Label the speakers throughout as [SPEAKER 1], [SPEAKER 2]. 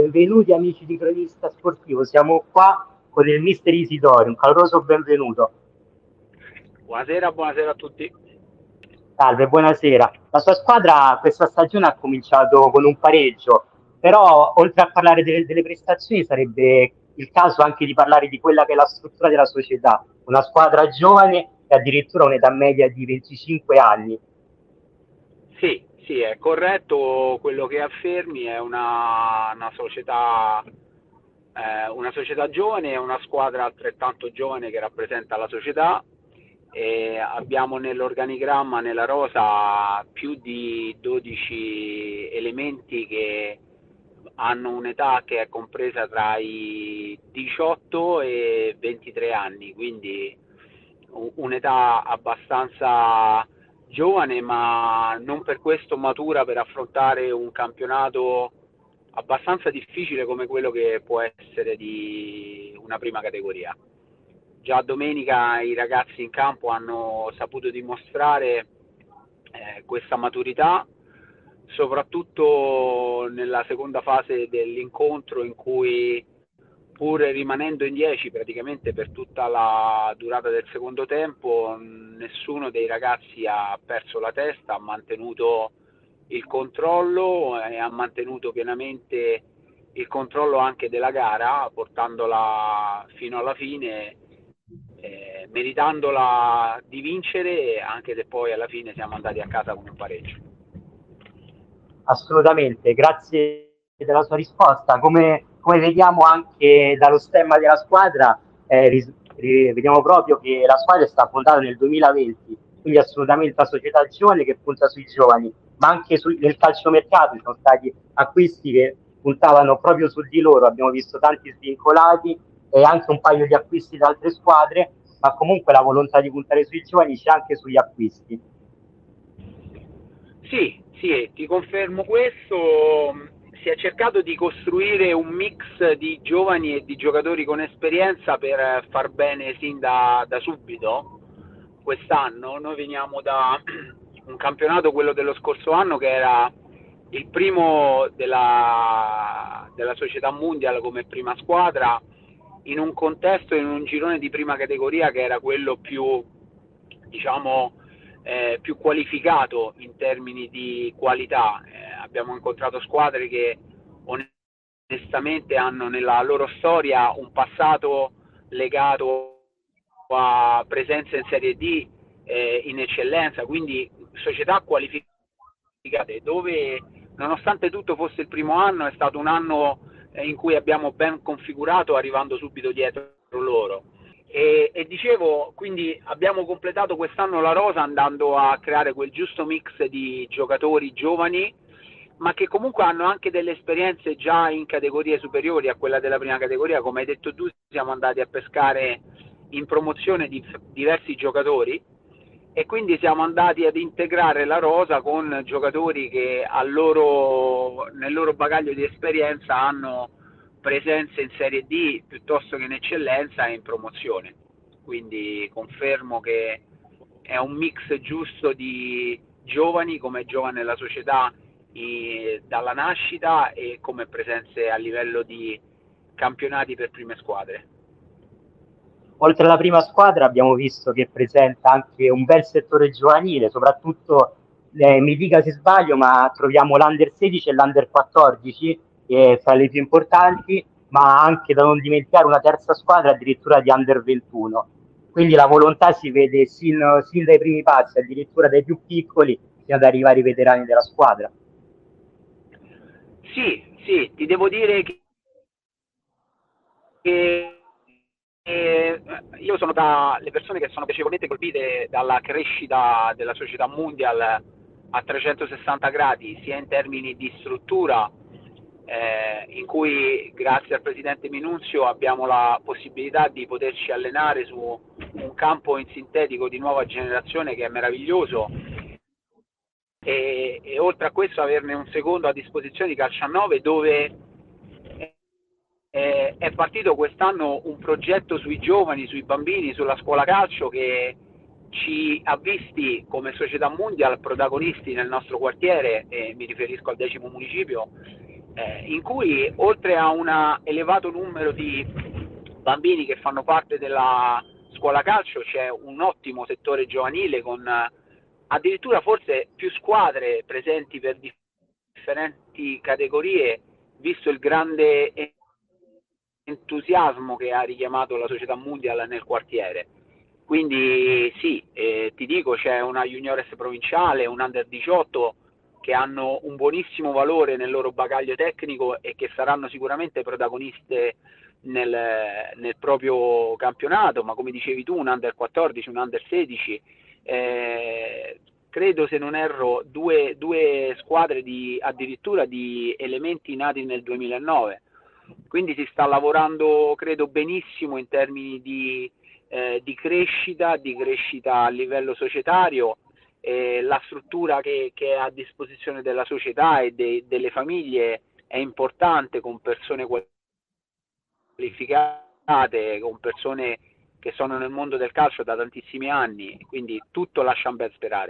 [SPEAKER 1] benvenuti amici di Cronista Sportivo, siamo qua con il mister Isidori, un caloroso benvenuto.
[SPEAKER 2] Buonasera, buonasera a tutti.
[SPEAKER 1] Salve, buonasera. La sua squadra questa stagione ha cominciato con un pareggio, però oltre a parlare delle prestazioni sarebbe il caso anche di parlare di quella che è la struttura della società, una squadra giovane e addirittura un'età media di 25 anni.
[SPEAKER 2] Sì, è corretto quello che affermi, è una società giovane, è una squadra altrettanto giovane che rappresenta la società. E abbiamo nell'organigramma, nella rosa, più di 12 elementi che hanno un'età che è compresa tra i 18 e 23 anni, quindi un'età abbastanza giovane, ma non per questo matura per affrontare un campionato abbastanza difficile come quello che può essere di una prima categoria. Già domenica i ragazzi in campo hanno saputo dimostrare questa maturità, soprattutto nella seconda fase dell'incontro, in cui, pur rimanendo in 10 praticamente per tutta la durata del secondo tempo, nessuno dei ragazzi ha perso la testa, ha mantenuto il controllo e ha mantenuto pienamente il controllo anche della gara, portandola fino alla fine, meritandola di vincere, anche se poi alla fine siamo andati a casa con un pareggio.
[SPEAKER 1] Assolutamente, grazie della sua risposta. Come vediamo anche dallo stemma della squadra, vediamo proprio che la squadra è stata fondata nel 2020, quindi assolutamente una società giovane che punta sui giovani, ma anche nel calciomercato ci sono stati acquisti che puntavano proprio su di loro. Abbiamo visto tanti svincolati e anche un paio di acquisti da altre squadre, ma comunque la volontà di puntare sui giovani c'è anche sugli acquisti.
[SPEAKER 2] Sì, ti confermo questo. Si è cercato di costruire un mix di giovani e di giocatori con esperienza per far bene sin da subito. Quest'anno noi veniamo da un campionato, quello dello scorso anno, che era il primo della società mondial come prima squadra, in un contesto, in un girone di prima categoria che era quello più, diciamo, più qualificato in termini di qualità. Abbiamo incontrato squadre che onestamente hanno nella loro storia un passato legato a presenza in Serie D in eccellenza, quindi società qualificate, dove nonostante tutto fosse il primo anno, è stato un anno in cui abbiamo ben configurato, arrivando subito dietro loro. E dicevo, quindi abbiamo completato quest'anno la rosa andando a creare quel giusto mix di giocatori giovani, ma che comunque hanno anche delle esperienze già in categorie superiori a quella della prima categoria. Come hai detto tu, siamo andati a pescare in promozione di diversi giocatori, e quindi siamo andati ad integrare la rosa con giocatori che nel loro bagaglio di esperienza hanno presenze in Serie D piuttosto che in eccellenza e in promozione. Quindi confermo che è un mix giusto di giovani, come giovane la società dalla nascita, e come presenze a livello di campionati per prime squadre.
[SPEAKER 1] Oltre alla prima squadra abbiamo visto che presenta anche un bel settore giovanile, soprattutto mi dica se sbaglio, ma troviamo l'Under 16 e l'Under 14 fra le più importanti, ma anche da non dimenticare una terza squadra addirittura di Under 21. Quindi la volontà si vede sin dai primi passi, addirittura dai più piccoli, fino ad arrivare ai veterani della squadra.
[SPEAKER 2] Sì, ti devo dire che io sono tra le persone che sono piacevolmente colpite dalla crescita della società mondial a 360 gradi, sia in termini di struttura, in cui grazie al presidente Minunzio abbiamo la possibilità di poterci allenare su un campo in sintetico di nuova generazione che è meraviglioso, e oltre a questo averne un secondo a disposizione di calcio a 9, dove è partito quest'anno un progetto sui giovani, sui bambini, sulla scuola calcio, che ci ha visti come società mondial protagonisti nel nostro quartiere, e mi riferisco al 10° municipio, in cui oltre a un elevato numero di bambini che fanno parte della scuola calcio c'è un ottimo settore giovanile con addirittura forse più squadre presenti per differenti categorie, visto il grande entusiasmo che ha richiamato la società Mundial nel quartiere. Quindi sì, ti dico, c'è una juniores provinciale, un under 18 che hanno un buonissimo valore nel loro bagaglio tecnico e che saranno sicuramente protagoniste nel proprio campionato, ma come dicevi tu un under 14, un under 16, credo, se non erro, due squadre addirittura di elementi nati nel 2009, quindi si sta lavorando credo benissimo in termini di crescita a livello societario. La struttura che è a disposizione della società e delle famiglie è importante, con persone qualificate, con persone che sono nel mondo del calcio da tantissimi anni, quindi tutto lascia ben sperare.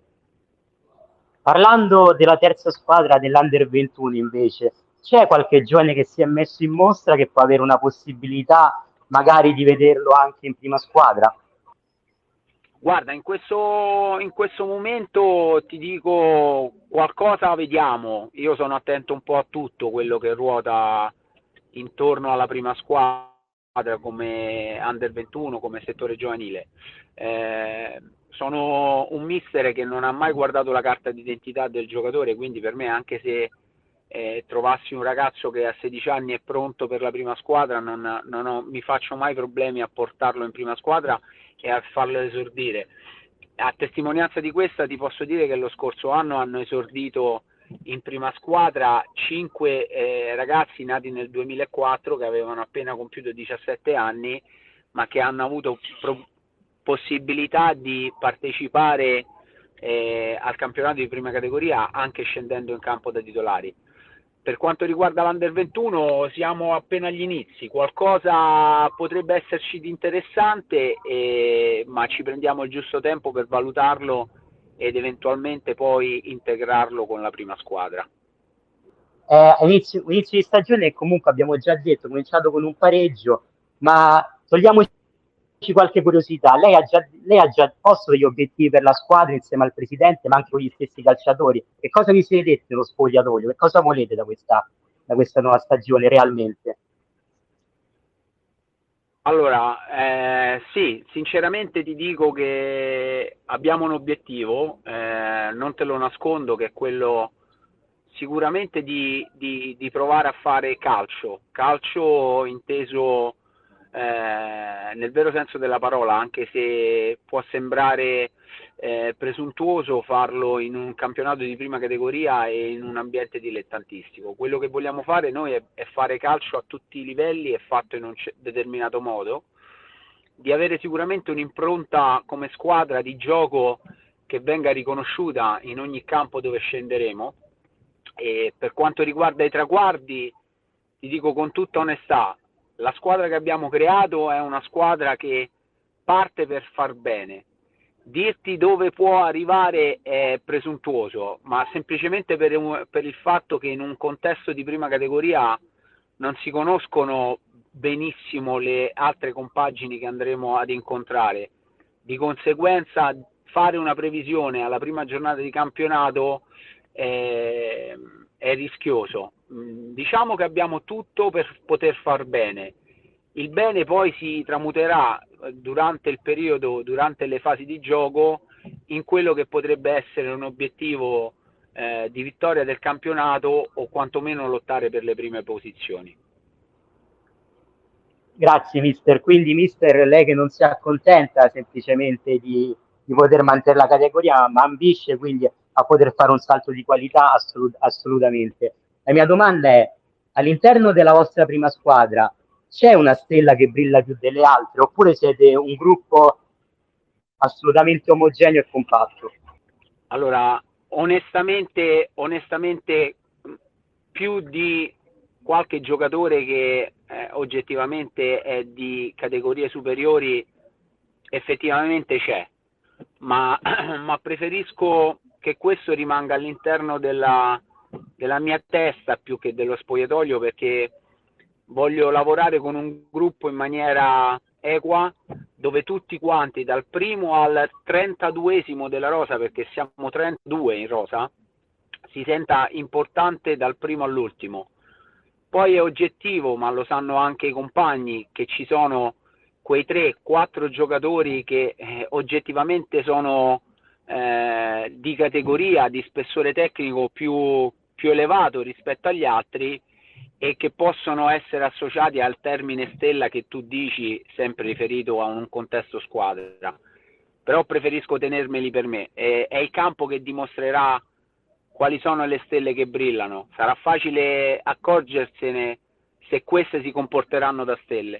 [SPEAKER 1] Parlando della terza squadra dell'Under 21 invece, c'è qualche giovane che si è messo in mostra che può avere una possibilità magari di vederlo anche in prima squadra?
[SPEAKER 2] Guarda, in questo momento ti dico qualcosa vediamo, io sono attento un po' a tutto quello che ruota intorno alla prima squadra come Under 21, come settore giovanile. Sono un mister che non ha mai guardato la carta d'identità del giocatore, quindi per me, anche se trovassi un ragazzo che a 16 anni è pronto per la prima squadra, mi faccio mai problemi a portarlo in prima squadra e a farlo esordire. A testimonianza di questa ti posso dire che lo scorso anno hanno esordito in prima squadra 5 ragazzi nati nel 2004 che avevano appena compiuto 17 anni, ma che hanno avuto possibilità di partecipare al campionato di prima categoria anche scendendo in campo da titolari. Per quanto riguarda l'Under 21 siamo appena agli inizi, qualcosa potrebbe esserci di interessante, ma ci prendiamo il giusto tempo per valutarlo ed eventualmente poi integrarlo con la prima squadra.
[SPEAKER 1] Inizio di stagione comunque abbiamo già detto, cominciato con un pareggio, ma togliamoci qualche curiosità. Lei ha già posto degli obiettivi per la squadra insieme al presidente, ma anche con gli stessi calciatori. Che cosa vi siete detti nello spogliatoio? Che cosa volete da questa nuova stagione realmente?
[SPEAKER 2] Allora, sì, sinceramente ti dico che abbiamo un obiettivo, non te lo nascondo, che è quello sicuramente di provare a fare calcio inteso nel vero senso della parola, anche se può sembrare presuntuoso farlo in un campionato di prima categoria e in un ambiente dilettantistico. Quello che vogliamo fare noi è fare calcio a tutti i livelli e fatto in un determinato modo, di avere sicuramente un'impronta come squadra di gioco che venga riconosciuta in ogni campo dove scenderemo. E per quanto riguarda i traguardi, ti dico con tutta onestà, la squadra che abbiamo creato è una squadra che parte per far bene. Dirti dove può arrivare è presuntuoso, ma semplicemente per il fatto che in un contesto di prima categoria non si conoscono benissimo le altre compagini che andremo ad incontrare. Di conseguenza, fare una previsione alla prima giornata di campionato è rischioso. Diciamo che abbiamo tutto per poter far bene. Il bene poi si tramuterà durante il periodo, durante le fasi di gioco, in quello che potrebbe essere un obiettivo di vittoria del campionato o quantomeno lottare per le prime posizioni.
[SPEAKER 1] Grazie mister. Quindi mister, lei che non si accontenta semplicemente di poter mantenere la categoria, ma ambisce quindi a poter fare un salto di qualità assolutamente. La mia domanda è, all'interno della vostra prima squadra c'è una stella che brilla più delle altre oppure siete un gruppo assolutamente omogeneo e compatto?
[SPEAKER 2] Allora, onestamente più di qualche giocatore che oggettivamente è di categorie superiori effettivamente c'è, ma, ma preferisco che questo rimanga all'interno della mia testa più che dello spogliatoio, perché voglio lavorare con un gruppo in maniera equa, dove tutti quanti, dal primo al 32esimo della rosa, perché siamo 32 in rosa, si senta importante dal primo all'ultimo. Poi è oggettivo, ma lo sanno anche i compagni, che ci sono quei 3-4 giocatori che oggettivamente sono di categoria, di spessore tecnico più elevato rispetto agli altri, e che possono essere associati al termine stella che tu dici, sempre riferito a un contesto squadra. Però preferisco tenermeli per me. È il campo che dimostrerà quali sono le stelle che brillano. Sarà facile accorgersene se queste si comporteranno da stelle.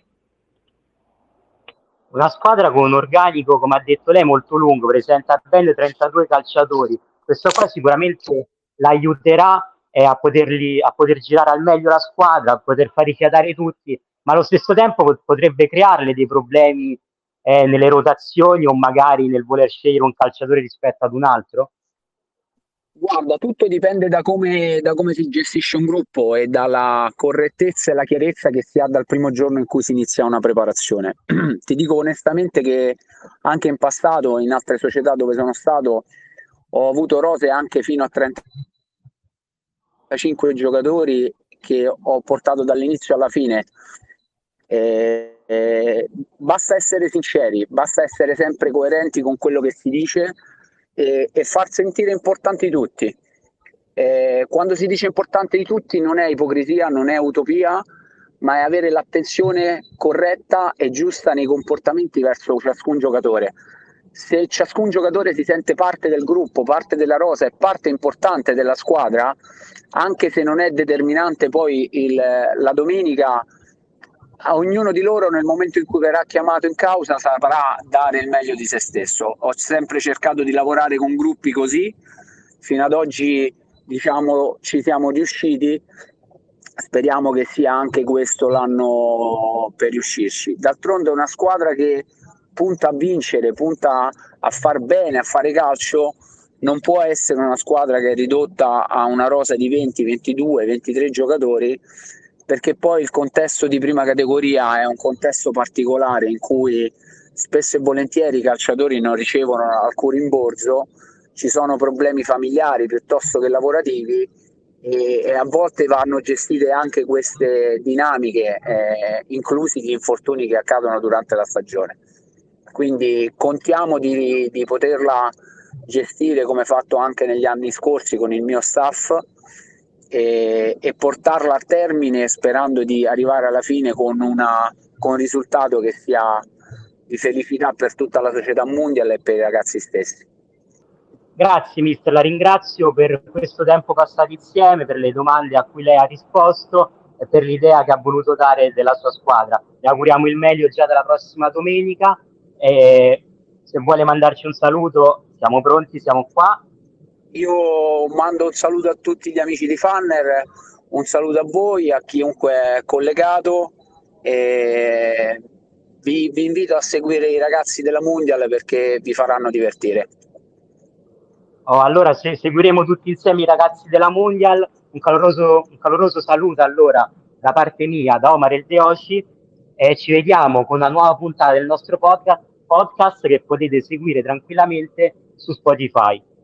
[SPEAKER 1] Una squadra con un organico, come ha detto lei, molto lungo, presenta ben 32 calciatori. Questo qua sicuramente l'aiuterà a poter girare al meglio la squadra, a poter far rifiatare tutti, ma allo stesso tempo potrebbe crearle dei problemi nelle rotazioni o magari nel voler scegliere un calciatore rispetto ad un altro.
[SPEAKER 2] Guarda, tutto dipende da come si gestisce un gruppo e dalla correttezza e la chiarezza che si ha dal primo giorno in cui si inizia una preparazione. Ti dico onestamente che anche in passato, in altre società dove sono stato, ho avuto rose anche fino a 35 giocatori che ho portato dall'inizio alla fine. Basta essere sinceri, basta essere sempre coerenti con quello che si dice e far sentire importanti tutti. Quando si dice importante di tutti non è ipocrisia, non è utopia, ma è avere l'attenzione corretta e giusta nei comportamenti verso ciascun giocatore. Se ciascun giocatore si sente parte del gruppo, parte della rosa e parte importante della squadra, anche se non è determinante poi la domenica, a ognuno di loro nel momento in cui verrà chiamato in causa saprà dare il meglio di se stesso. Ho sempre cercato di lavorare con gruppi così, fino ad oggi diciamo ci siamo riusciti, speriamo che sia anche questo l'anno per riuscirci. D'altronde è una squadra che punta a vincere, punta a far bene, a fare calcio, non può essere una squadra che è ridotta a una rosa di 20, 22, 23 giocatori, perché poi il contesto di prima categoria è un contesto particolare in cui spesso e volentieri i calciatori non ricevono alcun rimborso, ci sono problemi familiari piuttosto che lavorativi e a volte vanno gestite anche queste dinamiche, inclusi gli infortuni che accadono durante la stagione. Quindi contiamo di poterla gestire come fatto anche negli anni scorsi con il mio staff e portarla a termine sperando di arrivare alla fine con un risultato che sia di felicità per tutta la società mondiale e per i ragazzi stessi.
[SPEAKER 1] Grazie mister, la ringrazio per questo tempo passato insieme, per le domande a cui lei ha risposto e per l'idea che ha voluto dare della sua squadra. Le auguriamo il meglio già dalla prossima domenica e se vuole mandarci un saluto siamo pronti, siamo qua.
[SPEAKER 2] Io mando un saluto a tutti gli amici di Fanner, un saluto a voi, a chiunque è collegato e vi invito a seguire i ragazzi della Mondial perché vi faranno divertire.
[SPEAKER 1] Oh, allora seguiremo tutti insieme i ragazzi della Mondial. Un caloroso saluto allora da parte mia, da Omar El Deoci, e ci vediamo con una nuova puntata del nostro podcast che potete seguire tranquillamente su Spotify.